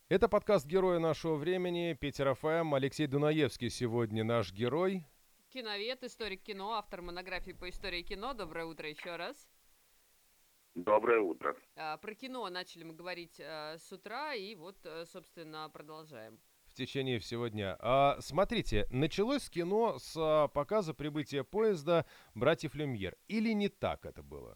Это подкаст «Герои нашего времени», Питер ФМ. Алексей Дунаевский сегодня наш герой. Киновед, историк кино, автор монографии по истории кино. Доброе утро еще раз. Доброе утро. Про кино начали мы говорить с утра, и вот, собственно, продолжаем. В течение всего дня. Смотрите, началось кино с показа прибытия поезда «Братьев Люмьер». Или не так это было?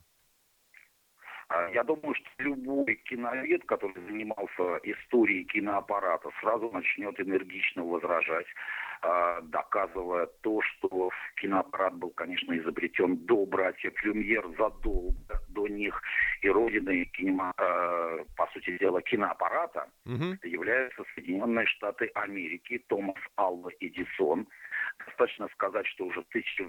Я думаю, что любой киновед, который занимался историей киноаппарата, сразу начнет энергично возражать, доказывая то, что киноаппарат был, конечно, изобретен до братьев Люмьер, задолго до них. И родиной, по сути дела, киноаппарата являются Соединенные Штаты Америки, Томас Алва Эдисон. Достаточно сказать, что уже в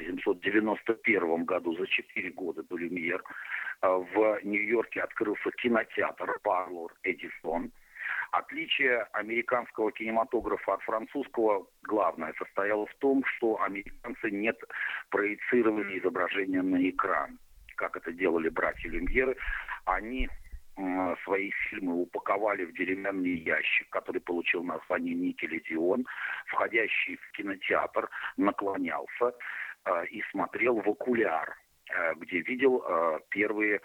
1891 году, за 4 года до Люмьер, в Нью-Йорке открылся кинотеатр Parlor Эдисон. Отличие американского кинематографа от французского главное состояло в том, что американцы не проецировали изображение на экран, как это делали братья Люмьеры. Они свои фильмы упаковали в деревянный ящик, который получил название «Никелодеон». Входящий в кинотеатр наклонялся и смотрел в окуляр, где видел первые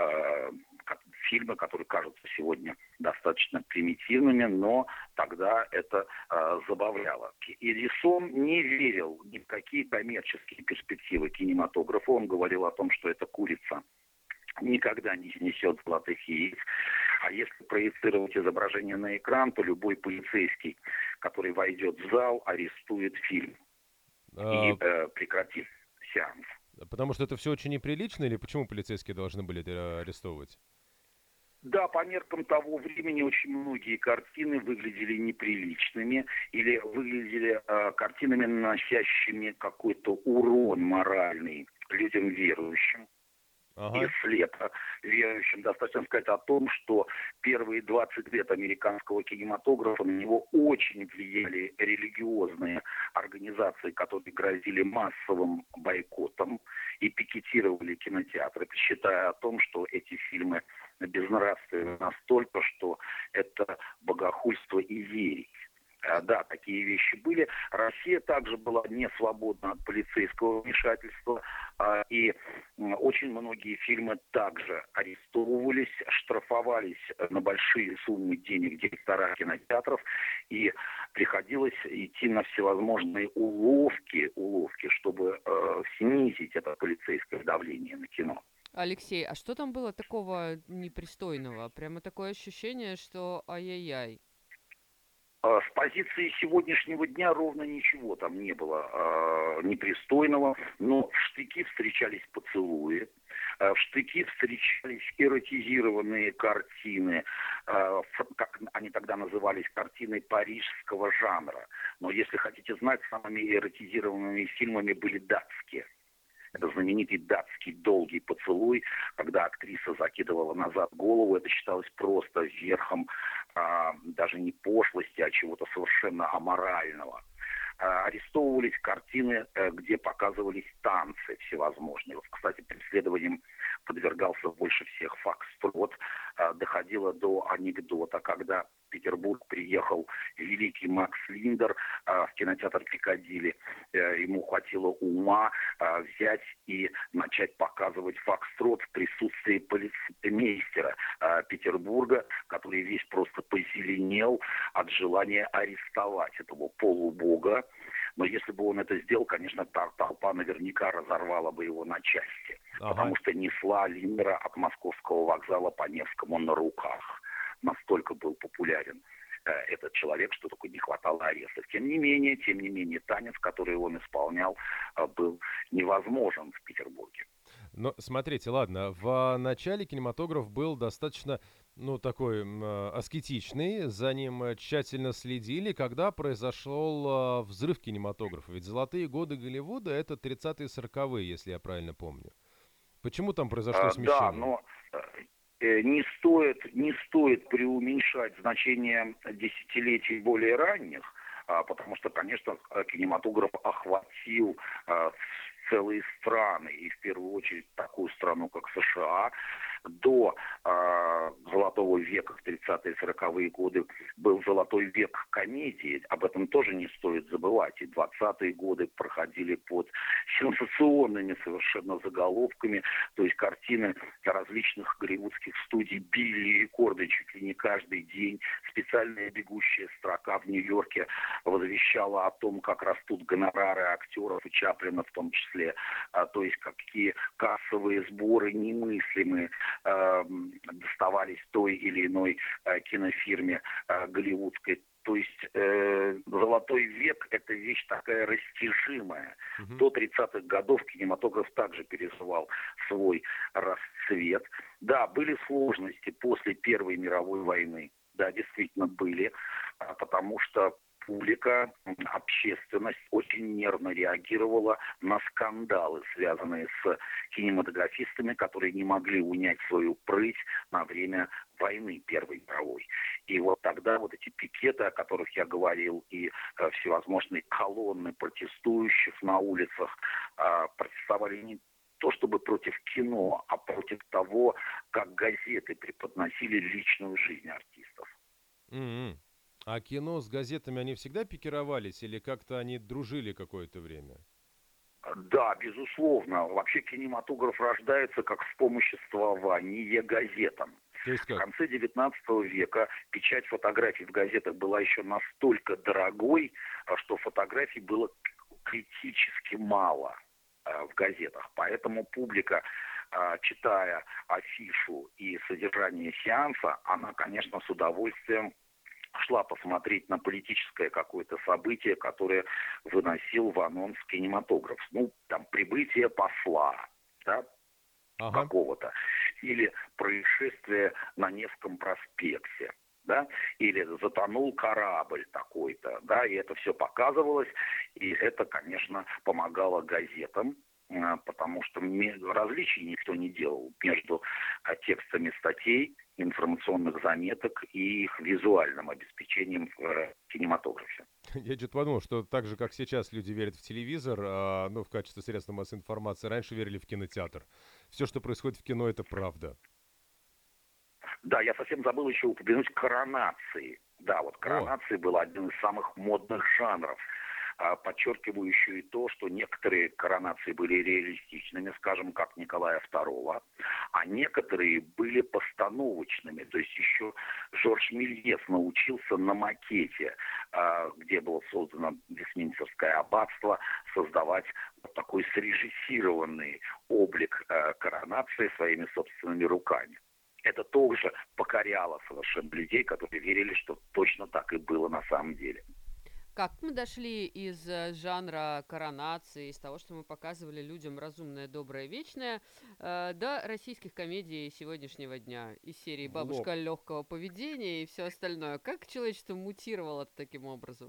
фильмы, которые кажутся сегодня достаточно примитивными, но тогда это забавляло. Эдисон не верил ни в какие коммерческие перспективы кинематографа. Он говорил о том, что эта курица никогда не снесет золотых яиц. А если проецировать изображение на экран, то любой полицейский, который войдет в зал, арестует фильм и прекратит сеанс. Потому что это все очень неприлично, или почему полицейские должны были арестовывать? Да, по меркам того времени очень многие картины выглядели неприличными или выглядели картинами, наносящими какой-то урон моральный людям верующим. И след верующим. Достаточно сказать о том, что первые 20 лет американского кинематографа на него очень влияли религиозные организации, которые грозили массовым бойкотом и пикетировали кинотеатры, считая о том, что эти фильмы безнравственны настолько, что это богохульство и ересь. Да, такие вещи были. Россия также была не свободна от полицейского вмешательства, и очень многие фильмы также арестовывались, штрафовались на большие суммы денег директора кинотеатров, и приходилось идти на всевозможные уловки, чтобы снизить это полицейское давление на кино. Алексей, а что там было такого непристойного? Прямо такое ощущение, что ай-яй-яй. С позиции сегодняшнего дня ровно ничего там не было непристойного, но в штыки встречались поцелуи, в штыки встречались эротизированные картины, как они тогда назывались, картины парижского жанра. Но если хотите знать, самыми эротизированными фильмами были датские. Это знаменитый датский долгий поцелуй, когда актриса закидывала назад голову. Это считалось просто верхом даже не пошлости, а чего-то совершенно аморального. Арестовывались картины, где показывались танцы всевозможные. Кстати, преследованием подвергался больше всех фокстрот. Доходило до анекдота, когда в Петербург приехал великий Макс Линдер в кинотеатр Пикадилли. Ему хватило ума взять и начать показывать фокстрот в присутствии полицмейстера Петербурга, который весь просто позеленел от желания арестовать этого полубога. Но если бы он это сделал, конечно, толпа наверняка разорвала бы его на части. Потому что несла Линдера от Московского вокзала по Невскому на руках. Настолько был популярен этот человек, что только не хватало арестов. Тем не менее, танец, который он исполнял, был невозможен в Петербурге. Но смотрите, ладно, в начале кинематограф был достаточно, такой аскетичный, за ним тщательно следили, когда произошел взрыв кинематографа. Ведь золотые годы Голливуда — это 30-е, 40-е, если я правильно помню. Почему там произошло смещение? Да, но не стоит преуменьшать значение десятилетий более ранних, потому что, конечно, кинематограф охватил целые страны, и в первую очередь такую страну, как США, до золотого века в 30-е 40-е годы был золотой век комедии. Об этом тоже не стоит забывать. И 20-е годы проходили под сенсационными совершенно заголовками. То есть картины различных голливудских студий били рекорды чуть ли не каждый день. Специальная бегущая строка в Нью-Йорке возвещала о том, как растут гонорары актеров и Чаплина в том числе. То есть какие кассовые сборы немыслимые доставались той или иной кинофирме голливудской. То есть золотой век – это вещь такая растяжимая. До 30-х годов кинематограф также переживал свой расцвет. Да, были сложности после Первой мировой войны. Да, действительно были, потому что публика, общественность очень нервно реагировала на скандалы, связанные с кинематографистами, которые не могли унять свою прыть на время войны Первой мировой. И вот тогда вот эти пикеты, о которых я говорил, и всевозможные колонны протестующих на улицах протестовали не то чтобы против кино, а против того, как газеты преподносили личную жизнь артистов. А кино с газетами, они всегда пикировались или как-то они дружили какое-то время? Да, безусловно. Вообще кинематограф рождается как вспомоществование газетам. То есть В как? конце XIX века печать фотографий в газетах была еще настолько дорогой, что фотографий было критически мало в газетах. Поэтому публика, читая афишу и содержание сеанса, она, конечно, с удовольствием шла посмотреть на политическое какое-то событие, которое выносил в анонс кинематограф. Ну, там, прибытие посла, да, какого-то, или происшествие на Невском проспекте, да, или затонул корабль такой-то, да, и это все показывалось, и это, конечно, помогало газетам, потому что различий никто не делал между текстами статей, информационных заметок и их визуальным обеспечением в кинематографе. Я что-то подумал, что так же, как сейчас люди верят в телевизор, ну, в качестве средства массовой информации, раньше верили в кинотеатр. Все, что происходит в кино, это правда. Да, я совсем забыл еще упомянуть коронации. Да, вот коронации был один из самых модных жанров, подчеркивающий то, что некоторые коронации были реалистичными, скажем, как Николая II, а некоторые были постановочными. То есть еще Жорж Мельес научился на макете, где было создано Вестминстерское аббатство, создавать вот такой срежиссированный облик коронации своими собственными руками. Это тоже покоряло совершенно людей, которые верили, что точно так и было на самом деле. Как мы дошли из жанра коронации, из того, что мы показывали людям разумное, доброе, вечное, до российских комедий сегодняшнего дня, из серии «Бабушка легкого поведения» и все остальное. Как человечество мутировало таким образом?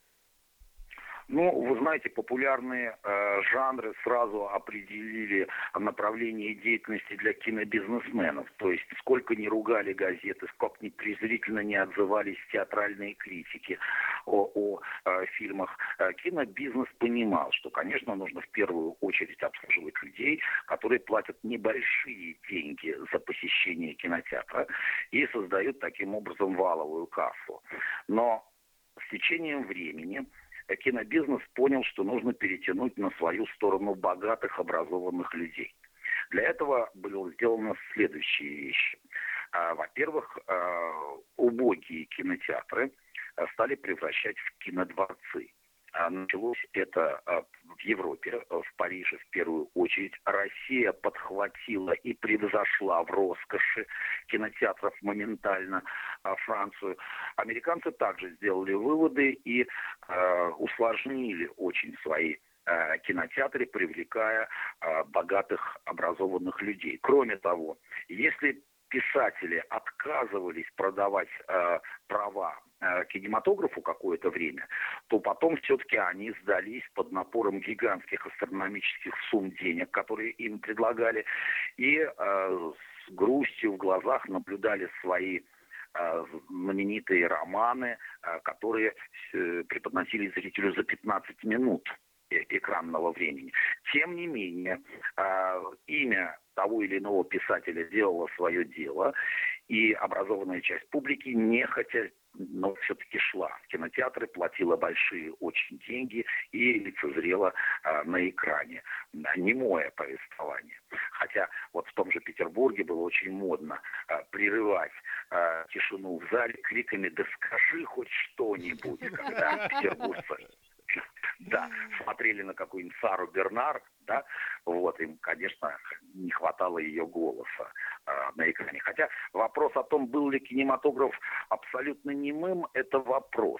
Ну, вы знаете, популярные жанры сразу определили направление деятельности для кинобизнесменов. То есть, сколько ни ругали газеты, сколько ни презрительно не отзывались театральные критики о фильмах, кинобизнес понимал, что, конечно, нужно в первую очередь обслуживать людей, которые платят небольшие деньги за посещение кинотеатра и создают таким образом валовую кассу. Но с течением времени кинобизнес понял, что нужно перетянуть на свою сторону богатых, образованных людей. Для этого было сделано следующие вещи. Во-первых, убогие кинотеатры стали превращать в кинодворцы. Началось это в Европе, в Париже в первую очередь. Россия подхватила и превзошла в роскоши кинотеатров моментально Францию. Американцы также сделали выводы и усложнили очень свои кинотеатры, привлекая богатых, образованных людей. Кроме того, если писатели отказывались продавать права кинематографу какое-то время, то потом все-таки они сдались под напором гигантских астрономических сумм денег, которые им предлагали, и с грустью в глазах наблюдали свои знаменитые романы, которые преподносили зрителю за 15 минут экранного времени. Тем не менее, имя того или иного писателя делала свое дело, и образованная часть публики нехотя, но все-таки шла в кинотеатры, платила большие очень деньги и лицезрела на экране немое повествование. Хотя вот в том же Петербурге было очень модно прерывать тишину в зале криками «Да скажи хоть что-нибудь», когда петербуржцы смотрели на какую-нибудь Сару Бернар, вот, им, конечно, не хватало ее голоса на экране. Хотя вопрос о том, был ли кинематограф абсолютно немым, это вопрос.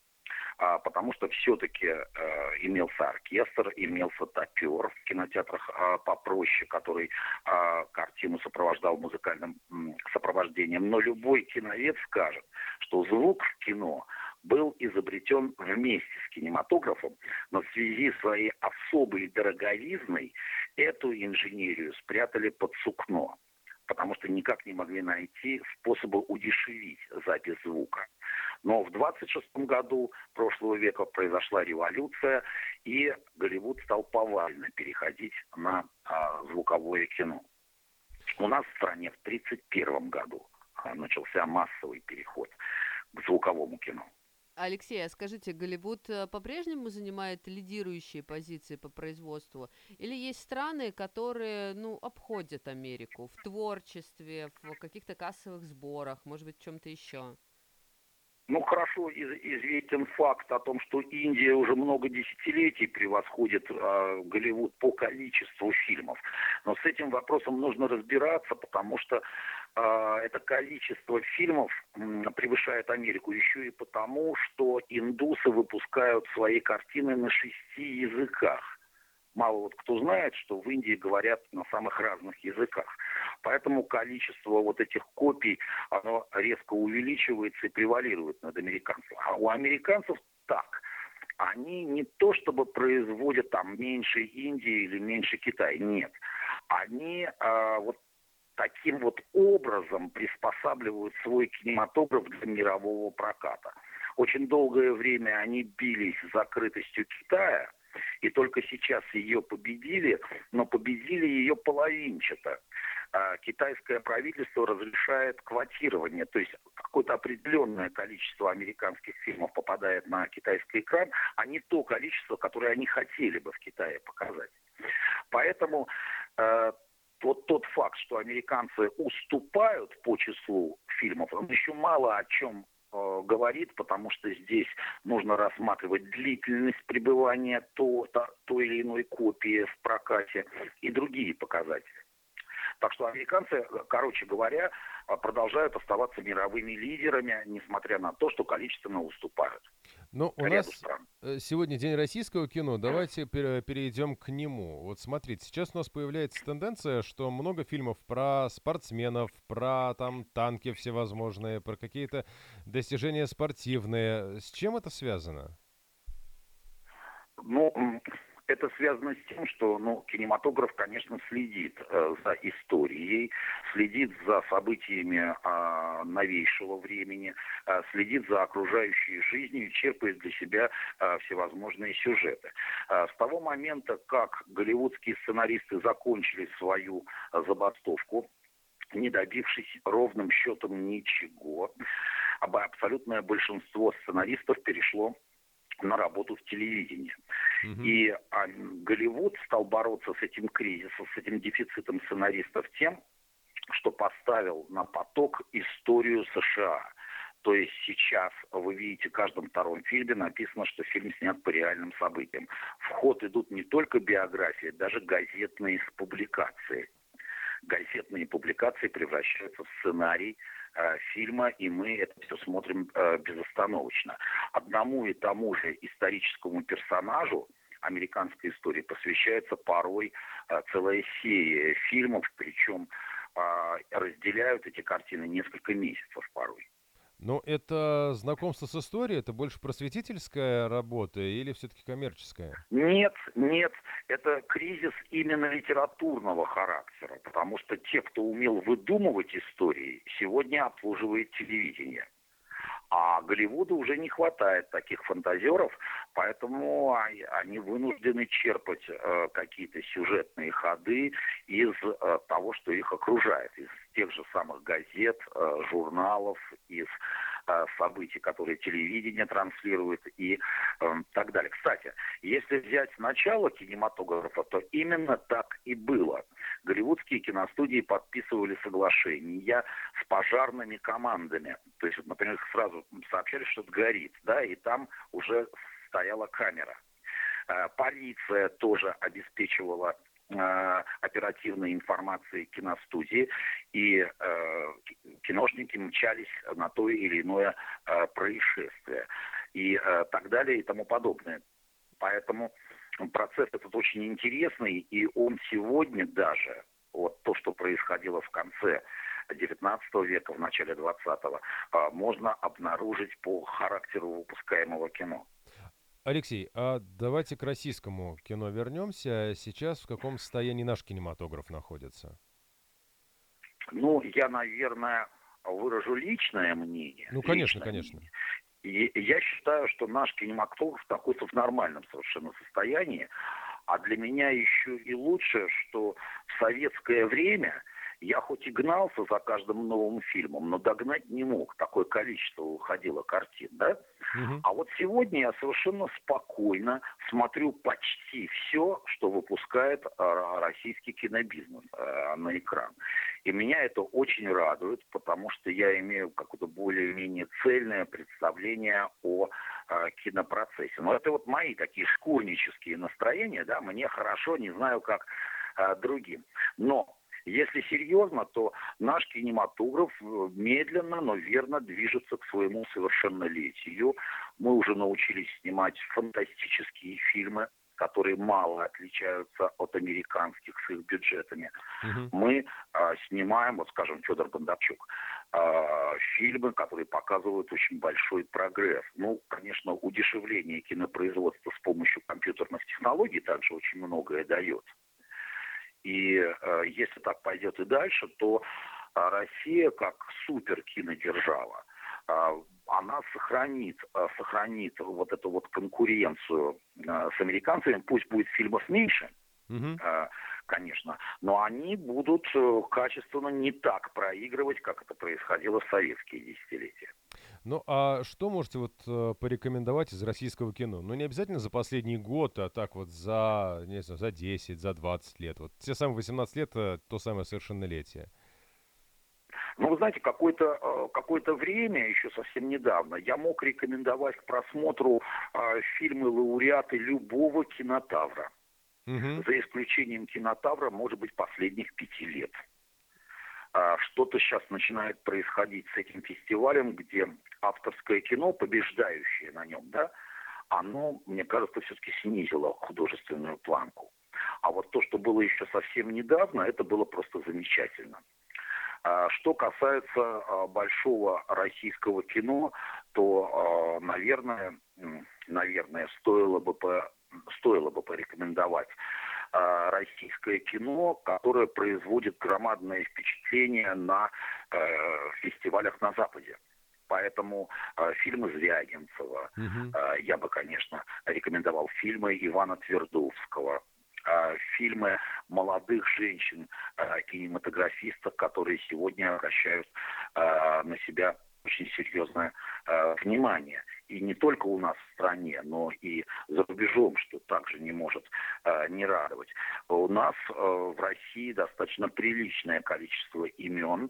Потому что все-таки имелся оркестр, имелся топер в кинотеатрах попроще, который картину сопровождал музыкальным сопровождением. Но любой киновед скажет, что звук в кино был изобретен вместе с кинематографом, но в связи с своей особой дороговизной эту инженерию спрятали под сукно, потому что никак не могли найти способа удешевить запись звука. Но в 26-м году прошлого века произошла революция, и Голливуд стал повально переходить на звуковое кино. У нас в стране в 1931 году начался массовый переход к звуковому кино. Алексей, а скажите, Голливуд по-прежнему занимает лидирующие позиции по производству? Или есть страны, которые, обходят Америку в творчестве, в каких-то кассовых сборах, может быть, в чем-то еще? Хорошо известен факт о том, что Индия уже много десятилетий превосходит Голливуд по количеству фильмов. Но с этим вопросом нужно разбираться, потому что это количество фильмов превышает Америку еще и потому, что индусы выпускают свои картины на 6 языках. Мало кто знает, что в Индии говорят на самых разных языках. Поэтому количество вот этих копий, оно резко увеличивается и превалирует над американцами. А у американцев так. Они не то чтобы производят там меньше Индии или меньше Китая. Нет. Они вот таким вот образом приспосабливают свой кинематограф для мирового проката. Очень долгое время они бились с закрытостью Китая, и только сейчас ее победили, но победили ее половинчато. Китайское правительство разрешает квотирование, то есть какое-то определенное количество американских фильмов попадает на китайский экран, а не то количество, которое они хотели бы в Китае показать. Поэтому вот тот факт, что американцы уступают по числу фильмов, он еще мало о чем говорит, потому что здесь нужно рассматривать длительность пребывания той или иной копии в прокате и другие показатели. Так что американцы, короче говоря, продолжают оставаться мировыми лидерами, несмотря на то, что количественно уступают. Ну, у нас сегодня День российского кино, давайте перейдем к нему. Вот смотрите, сейчас у нас появляется тенденция, что много фильмов про спортсменов, про там танки всевозможные, про какие-то достижения спортивные. С чем это связано? Это связано с тем, что кинематограф, конечно, следит за историей, следит за событиями новейшего времени, следит за окружающей жизнью и черпает для себя всевозможные сюжеты. С того момента, как голливудские сценаристы закончили свою забастовку, не добившись ровным счетом ничего, абсолютное большинство сценаристов перешло на работу в телевидении. И Голливуд стал бороться с этим кризисом, с этим дефицитом сценаристов тем, что поставил на поток историю США. То есть сейчас вы видите в каждом втором фильме написано, что фильм снят по реальным событиям. В ход идут не только биографии, даже газетные публикации. Газетные публикации превращаются в сценарий фильма, и мы это все смотрим безостановочно. Одному и тому же историческому персонажу американской истории посвящается порой целая серия фильмов, причем разделяют эти картины несколько месяцев порой. Но это знакомство с историей, это больше просветительская работа или все-таки коммерческая? Нет, это кризис именно литературного характера, потому что те, кто умел выдумывать истории, сегодня обслуживает телевидение. А Голливуду уже не хватает таких фантазеров, поэтому они вынуждены черпать какие-то сюжетные ходы из того, что их окружает, из тех же самых газет, журналов, из событий, которые телевидение транслирует и так далее. Кстати, если взять начало кинематографа, то именно так и было. Голливудские киностудии подписывали соглашения с пожарными командами. То есть, например, сразу сообщали, что это горит, да, и там уже стояла камера. Полиция тоже обеспечивала оперативной информации киностудии, и киношники мчались на то или иное происшествие, и так далее, и тому подобное. Поэтому процесс этот очень интересный, и он сегодня даже, вот то, что происходило в конце XIX века, в начале XX, можно обнаружить по характеру выпускаемого кино. Алексей, а давайте к российскому кино вернемся. Сейчас в каком состоянии наш кинематограф находится? Ну, я, наверное, выражу личное мнение. Ну, конечно, конечно. И я считаю, что наш кинематограф находится в нормальном совершенно состоянии. А для меня еще и лучше, что в советское время я хоть и гнался за каждым новым фильмом, но догнать не мог. Такое количество выходило картин, да? Угу. А вот сегодня я совершенно спокойно смотрю почти все, что выпускает российский кинобизнес на экран. И меня это очень радует, потому что я имею какое-то более-менее цельное представление о кинопроцессе. Но это вот мои такие шкурнические настроения, да, мне хорошо, не знаю, как другим. Но если серьезно, то наш кинематограф медленно, но верно движется к своему совершеннолетию. Мы уже научились снимать фантастические фильмы, которые мало отличаются от американских с их бюджетами. Мы снимаем, вот скажем, Федор Бондарчук, фильмы, которые показывают очень большой прогресс. Ну, конечно, удешевление кинопроизводства с помощью компьютерных технологий также очень многое дает. И если так пойдет и дальше, то Россия как суперкинодержава, она сохранит вот эту вот конкуренцию с американцами. Пусть будет фильмов меньше, конечно, но они будут качественно не так проигрывать, как это происходило в советские десятилетия. Ну, а что можете вот порекомендовать из российского кино? Ну, не обязательно за последний год, а так вот за, не знаю, за 10, за 20 лет. Вот те самые 18 лет, то самое совершеннолетие. Ну, вы знаете, какое-то время, еще совсем недавно, я мог рекомендовать к просмотру фильмы-лауреаты любого кинотавра. За исключением кинотавра, может быть, последних 5 лет. Что-то сейчас начинает происходить с этим фестивалем, где авторское кино, побеждающее на нем, да, оно, мне кажется, все-таки снизило художественную планку. А вот то, что было еще совсем недавно, это было просто замечательно. Что касается большого российского кино, то, наверное, стоило бы порекомендовать российское кино, которое производит громадное впечатление на фестивалях на Западе. Поэтому фильмы Звягинцева, я бы, конечно, рекомендовал фильмы Ивана Твердовского, фильмы молодых женщин, кинематографистов, которые сегодня обращают на себя очень серьезное внимание. И не только у нас в стране, но и за рубежом, что также не может не радовать. У нас в России достаточно приличное количество имен,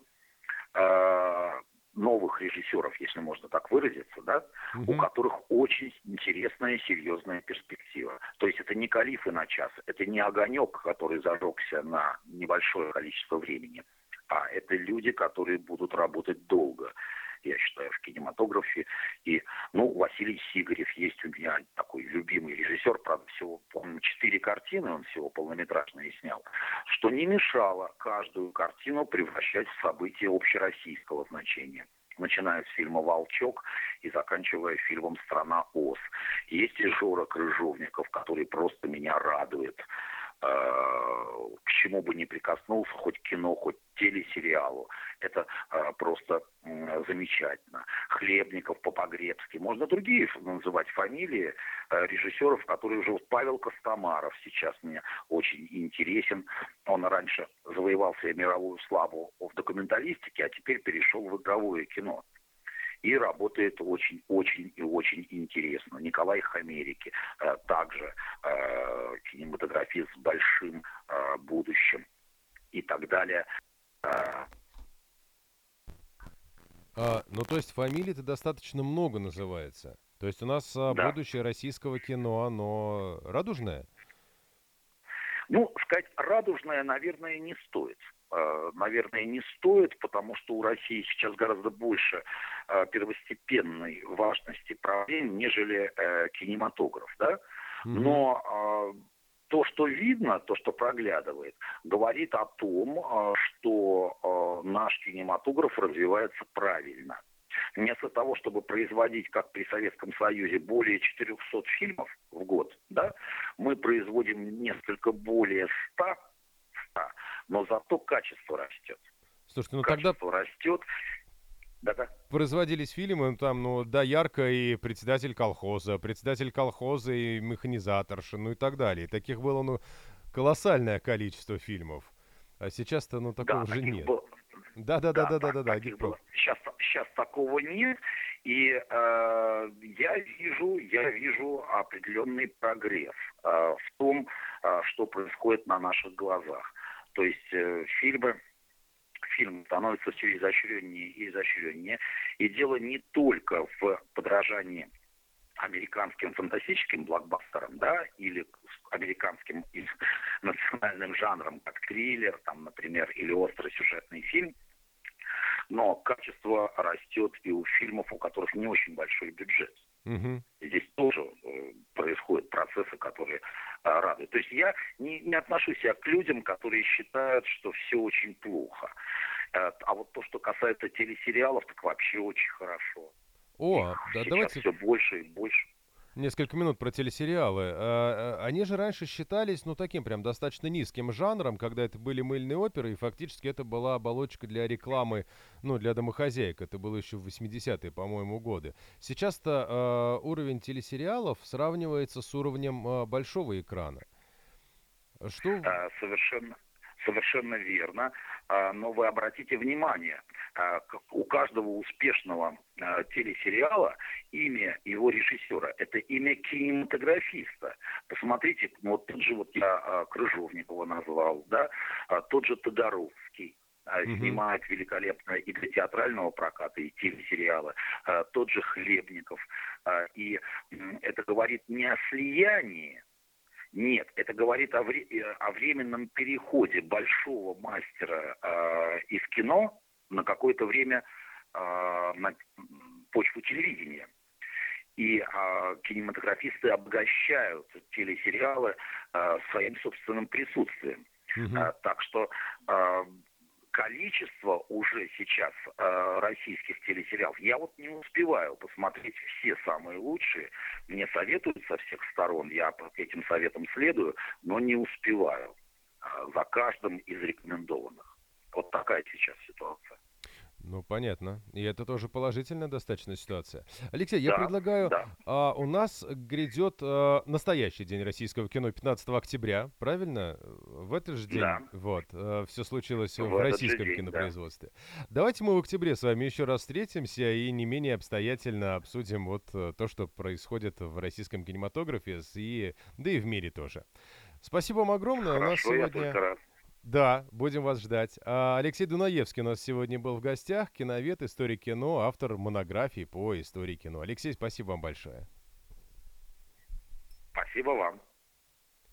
новых режиссеров, если можно так выразиться, да, у которых очень интересная, серьезная перспектива. То есть это не «Калифы на час», это не огонек, который зажегся на небольшое количество времени, а это люди, которые будут работать долго, я считаю, в кинематографе. И, Василий Сигарев есть у меня такой любимый режиссер, правда, всего, по-моему, 4 картины он всего полнометражные снял, что не мешало каждую картину превращать в событие общероссийского значения. Начиная с фильма «Волчок» и заканчивая фильмом «Страна Оз». Есть и Жора Крыжовников, который просто меня радует к чему бы ни прикоснулся, хоть кино, хоть телесериалу. Это просто замечательно. Хлебников, Попогребский. Можно другие называть фамилии режиссеров, которые уже... Вот Павел Костомаров сейчас мне очень интересен. Он раньше завоевал себе мировую славу в документалистике, а теперь перешел в игровое кино. И работает очень-очень и очень интересно. Николай Хамерики, также кинематографист с большим будущим и так далее. Ну, то есть фамилий-то достаточно много называется. То есть у нас Да. будущее российского кино, оно радужное? Ну, сказать радужное, наверное, не стоит. Наверное, не стоит, потому что у России сейчас гораздо больше первостепенной важности проблем, нежели кинематограф, да? Но то, что видно, то, что проглядывает, говорит о том, что наш кинематограф развивается правильно. Вместо того, чтобы производить, как при Советском Союзе, более 400 фильмов в год, да, мы производим несколько более 100, но зато качество растет. Слушайте, ну Качество тогда растет. Да-да. производились фильмы, ну, там, ну, доярка и председатель колхоза и механизаторша, ну и так далее. Таких было, ну, колоссальное количество фильмов. А сейчас-то, ну, такого же нет. Да, Таких было. Сейчас такого нет. И я вижу определенный прогресс в том, что происходит на наших глазах. То есть фильм становится все изощреннее и изощреннее. И дело не только в подражании американским фантастическим блокбастерам, да, или американским или национальным жанрам, как триллер, там, например, или остросюжетный фильм, но качество растет и у фильмов, у которых не очень большой бюджет. И здесь тоже происходят процессы, которые радуют. То есть я не отношу себя к людям, которые считают, что все очень плохо. А вот то, что касается телесериалов, так вообще очень хорошо. Давайте все больше и больше. несколько минут про телесериалы. Они же раньше считались, ну, таким прям достаточно низким жанром, когда это были мыльные оперы, и фактически это была оболочка для рекламы, ну, для домохозяек. Это было еще в 80-е, по-моему, годы. Сейчас-то уровень телесериалов сравнивается с уровнем большого экрана. Что... Совершенно верно. Но вы обратите внимание, у каждого успешного телесериала имя его режиссера – это имя кинематографиста. Посмотрите, вот тот же я Крыжовникова назвал, да, тот же Тодоровский. Снимает великолепно и для театрального проката, и телесериала. Тот же Хлебников. И это говорит не о слиянии. Нет, это говорит о временном переходе большого мастера из кино на какое-то время на почву телевидения. И кинематографисты обогащают телесериалы своим собственным присутствием. Так что количество уже сейчас российских телесериалов, я вот не успеваю посмотреть все самые лучшие. Мне советуют со всех сторон, я по этим советам следую, но не успеваю за каждым из рекомендованных. Вот такая сейчас ситуация. Ну, понятно. И это тоже положительная достаточно ситуация. Алексей, я предлагаю... у нас грядет настоящий день российского кино 15 октября, правильно? В этот же день все случилось в российском кинопроизводстве. Да. Давайте мы в октябре с вами еще раз встретимся и не менее обстоятельно обсудим вот то, что происходит в российском кинематографе, да и в мире тоже. Спасибо вам огромное. Хорошо, у нас сегодня... я только рад. Да, будем вас ждать. Алексей Дунаевский у нас сегодня был в гостях, киновед, историк кино, автор монографии по истории кино. Алексей, спасибо вам большое. Спасибо вам.